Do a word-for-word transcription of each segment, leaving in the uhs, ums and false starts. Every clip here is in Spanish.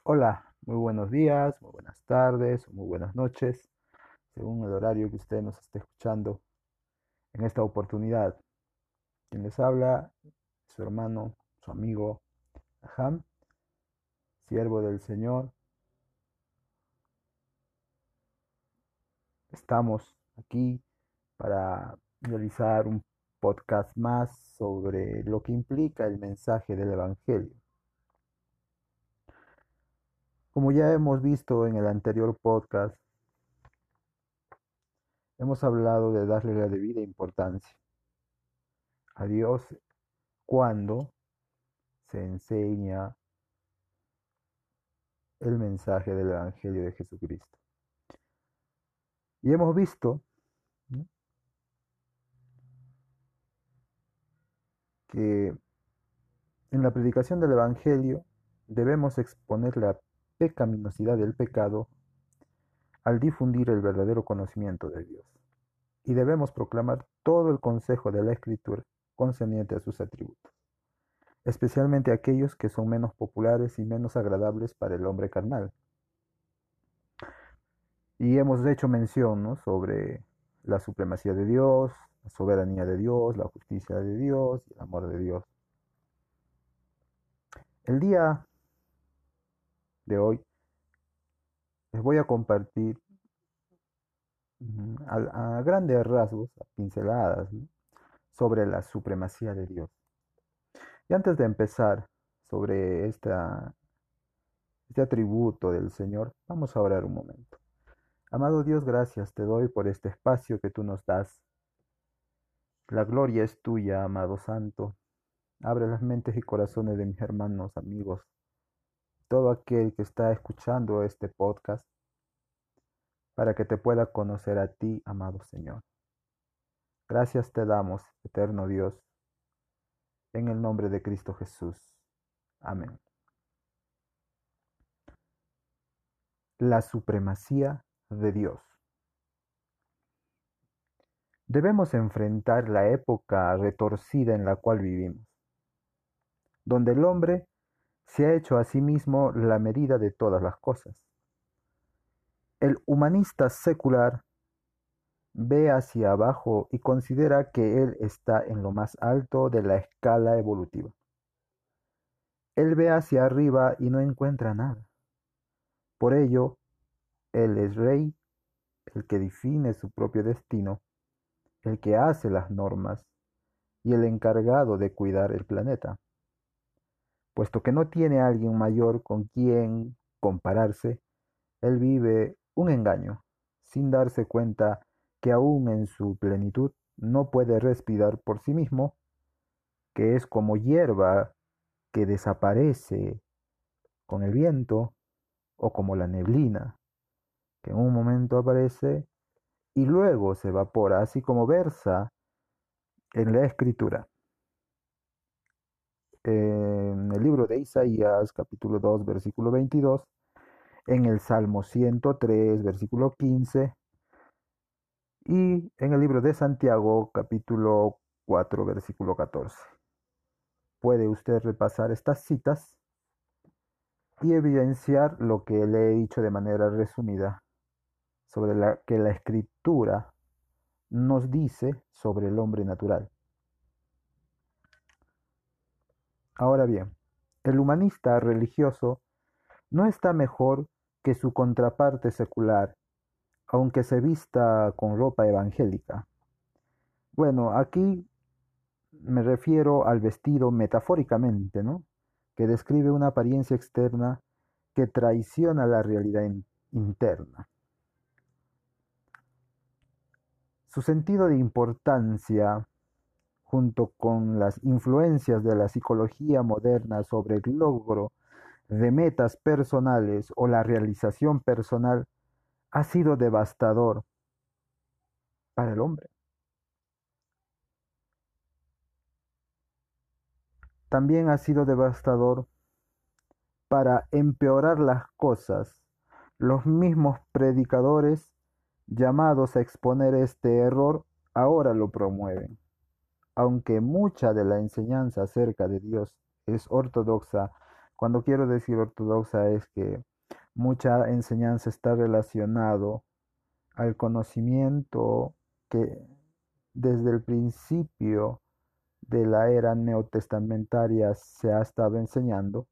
Hola, muy buenos días, muy buenas tardes o muy buenas noches, según el horario que usted nos esté escuchando en esta oportunidad. Quien les habla, su hermano, su amigo, Aham, siervo del Señor. Estamos aquí para realizar un podcast más sobre lo que implica el mensaje del Evangelio. Como ya hemos visto en el anterior podcast, hemos hablado de darle la debida importancia a Dios cuando se enseña el mensaje del Evangelio de Jesucristo. Y hemos visto, ¿no?, que en la predicación del Evangelio debemos exponer la pecaminosidad del pecado al difundir el verdadero conocimiento de Dios. Y debemos proclamar todo el consejo de la Escritura concerniente a sus atributos, especialmente aquellos que son menos populares y menos agradables para el hombre carnal. Y hemos hecho mención, ¿no?, sobre la supremacía de Dios, la soberanía de Dios, la justicia de Dios y el amor de Dios. El día de hoy les voy a compartir mm, a, a grandes rasgos, a pinceladas, ¿no?, sobre la supremacía de Dios. Y antes de empezar sobre esta, este atributo del Señor, vamos a orar un momento. Amado Dios, gracias te doy por este espacio que tú nos das. La gloria es tuya, amado Santo. Abre las mentes y corazones de mis hermanos, amigos, todo aquel que está escuchando este podcast, para que te pueda conocer a ti, amado Señor. Gracias te damos, eterno Dios, en el nombre de Cristo Jesús. Amén. La supremacía de Dios. Debemos enfrentar la época retorcida en la cual vivimos, donde el hombre se ha hecho a sí mismo la medida de todas las cosas. El humanista secular ve hacia abajo y considera que él está en lo más alto de la escala evolutiva. Él ve hacia arriba y no encuentra nada. Por ello, él es rey, el que define su propio destino, el que hace las normas y el encargado de cuidar el planeta. Puesto que no tiene a alguien mayor con quien compararse, él vive un engaño, sin darse cuenta que aún en su plenitud no puede respirar por sí mismo, que es como hierba que desaparece con el viento, o como la neblina, que en un momento aparece y luego se evapora, así como versa en la Escritura. En el libro de Isaías, capítulo dos, versículo veintidós, en el Salmo ciento tres, versículo quince, y en el libro de Santiago, capítulo cuatro, versículo catorce. Puede usted repasar estas citas y evidenciar lo que le he dicho de manera resumida sobre la que la Escritura nos dice sobre el hombre natural. Ahora bien, el humanista religioso no está mejor que su contraparte secular, aunque se vista con ropa evangélica. Bueno, aquí me refiero al vestido metafóricamente, ¿no?, que describe una apariencia externa que traiciona la realidad in- interna. Su sentido de importancia, junto con las influencias de la psicología moderna sobre el logro de metas personales o la realización personal, ha sido devastador para el hombre. También ha sido devastador para empeorar las cosas. Los mismos predicadores llamados a exponer este error ahora lo promueven. Aunque mucha de la enseñanza acerca de Dios es ortodoxa, Cuando quiero decir ortodoxa es que mucha enseñanza está relacionado al conocimiento que desde el principio de la era neotestamentaria se ha estado enseñando.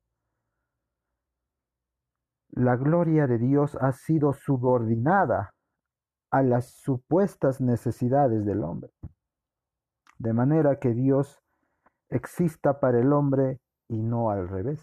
La gloria de Dios ha sido subordinada a las supuestas necesidades del hombre, de manera que Dios exista para el hombre y no al revés.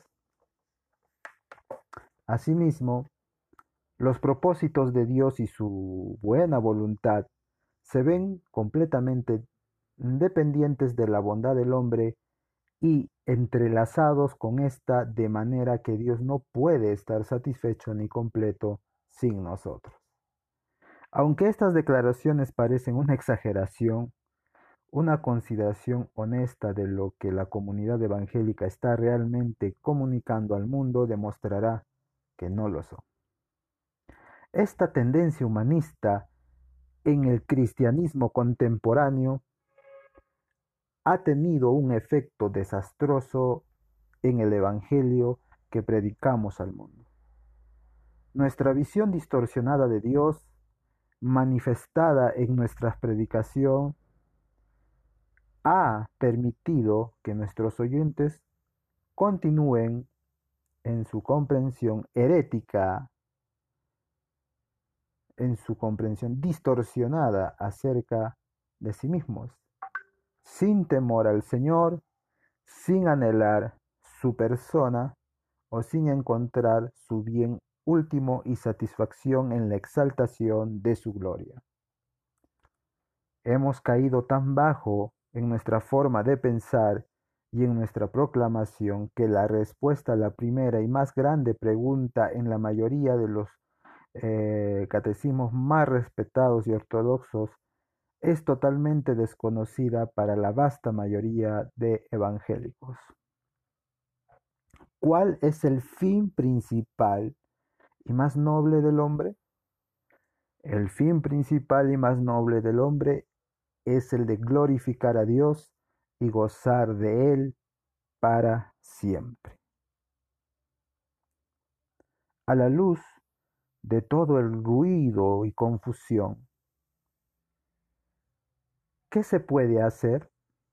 Asimismo, los propósitos de Dios y su buena voluntad se ven completamente dependientes de la bondad del hombre y entrelazados con esta, de manera que Dios no puede estar satisfecho ni completo sin nosotros. Aunque estas declaraciones parecen una exageración, una consideración honesta de lo que la comunidad evangélica está realmente comunicando al mundo demostrará que no lo son. Esta tendencia humanista en el cristianismo contemporáneo ha tenido un efecto desastroso en el evangelio que predicamos al mundo. Nuestra visión distorsionada de Dios, manifestada en nuestra predicación, ha permitido que nuestros oyentes continúen en su comprensión herética, en su comprensión distorsionada acerca de sí mismos, sin temor al Señor, sin anhelar su persona o sin encontrar su bien último y satisfacción en la exaltación de su gloria. Hemos caído tan bajo en nuestra forma de pensar y en nuestra proclamación que la respuesta a la primera y más grande pregunta en la mayoría de los eh, catecismos más respetados y ortodoxos es totalmente desconocida para la vasta mayoría de evangélicos. ¿Cuál es el fin principal y más noble del hombre? El fin principal y más noble del hombre es el de glorificar a Dios y gozar de Él para siempre. A la luz de todo el ruido y confusión, ¿qué se puede hacer?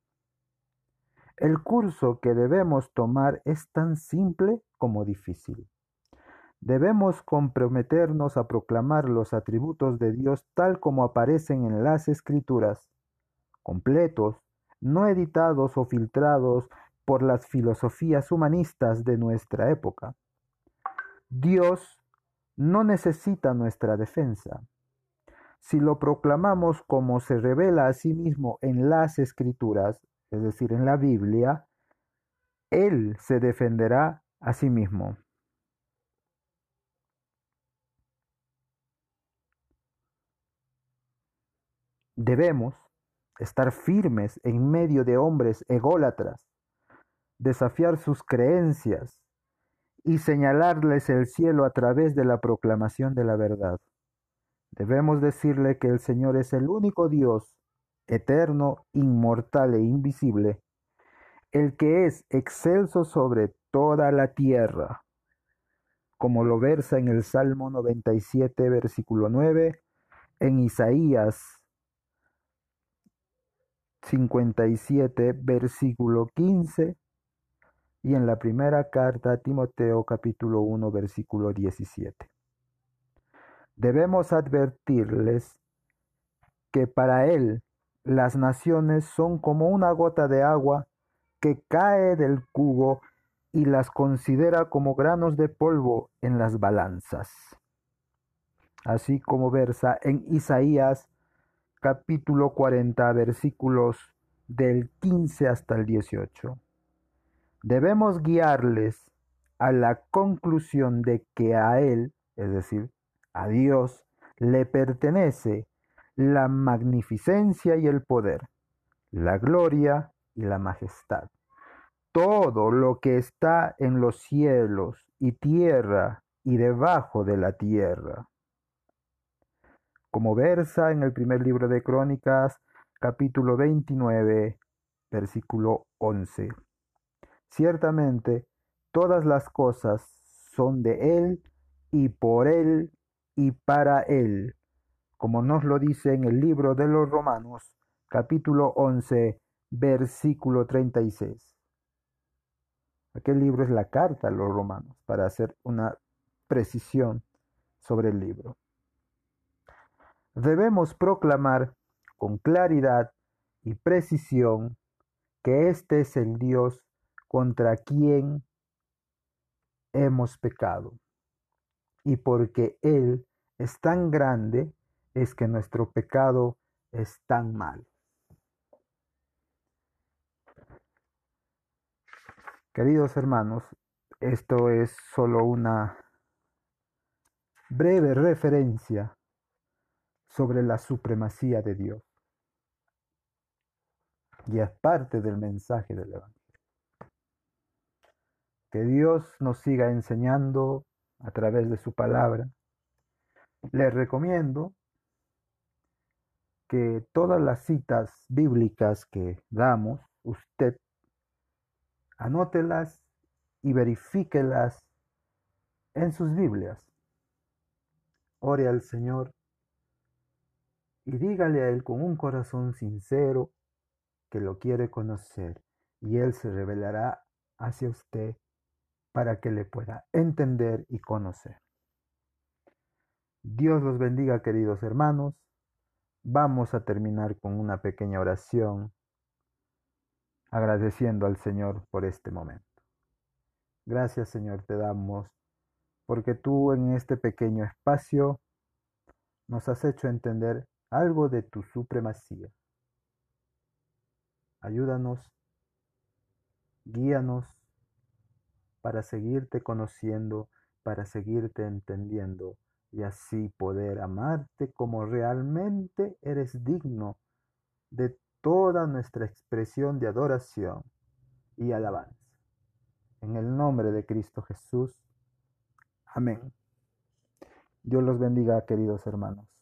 El curso que debemos tomar es tan simple como difícil. Debemos comprometernos a proclamar los atributos de Dios tal como aparecen en las Escrituras, completos, no editados o filtrados por las filosofías humanistas de nuestra época. Dios no necesita nuestra defensa. Si lo proclamamos como se revela a sí mismo en las Escrituras, es decir, en la Biblia, Él se defenderá a sí mismo. Debemos estar firmes en medio de hombres ególatras, desafiar sus creencias y señalarles el cielo a través de la proclamación de la verdad. Debemos decirle que el Señor es el único Dios, eterno, inmortal e invisible, el que es excelso sobre toda la tierra, como lo versa en el Salmo noventa y siete, versículo nueve, en Isaías cincuenta y siete, versículo quince, y en la primera carta a Timoteo, capítulo uno, versículo diecisiete. Debemos advertirles que para Él las naciones son como una gota de agua que cae del cubo y las considera como granos de polvo en las balanzas. Así como versa en Isaías capítulo cuarenta, versículos del quince hasta el dieciocho. Debemos guiarles a la conclusión de que a Él, es decir, a Dios, le pertenece la magnificencia y el poder, la gloria y la majestad. Todo lo que está en los cielos y tierra y debajo de la tierra. Como versa en el primer libro de Crónicas, capítulo veintinueve, versículo once. Ciertamente, todas las cosas son de Él y por Él y para Él, como nos lo dice en el libro de los Romanos, capítulo once, versículo treinta y seis. Aquel libro es la carta a los romanos, para hacer una precisión sobre el libro. Debemos proclamar con claridad y precisión que este es el Dios contra quien hemos pecado. Y porque Él es tan grande, es que nuestro pecado es tan malo. Queridos hermanos, esto es solo una breve referencia sobre la supremacía de Dios. Y es parte del mensaje del Evangelio. Que Dios nos siga enseñando a través de su palabra. Les recomiendo que todas las citas bíblicas que damos, usted anótelas y verifíquelas en sus Biblias. Ore al Señor y dígale a Él con un corazón sincero que lo quiere conocer, y Él se revelará hacia usted para que le pueda entender y conocer. Dios los bendiga, queridos hermanos. Vamos a terminar con una pequeña oración agradeciendo al Señor por este momento. Gracias, Señor, te damos porque tú en este pequeño espacio nos has hecho entender algo de tu supremacía. Ayúdanos, guíanos para seguirte conociendo, para seguirte entendiendo y así poder amarte como realmente eres digno de toda nuestra expresión de adoración y alabanza. En el nombre de Cristo Jesús. Amén. Dios los bendiga, queridos hermanos.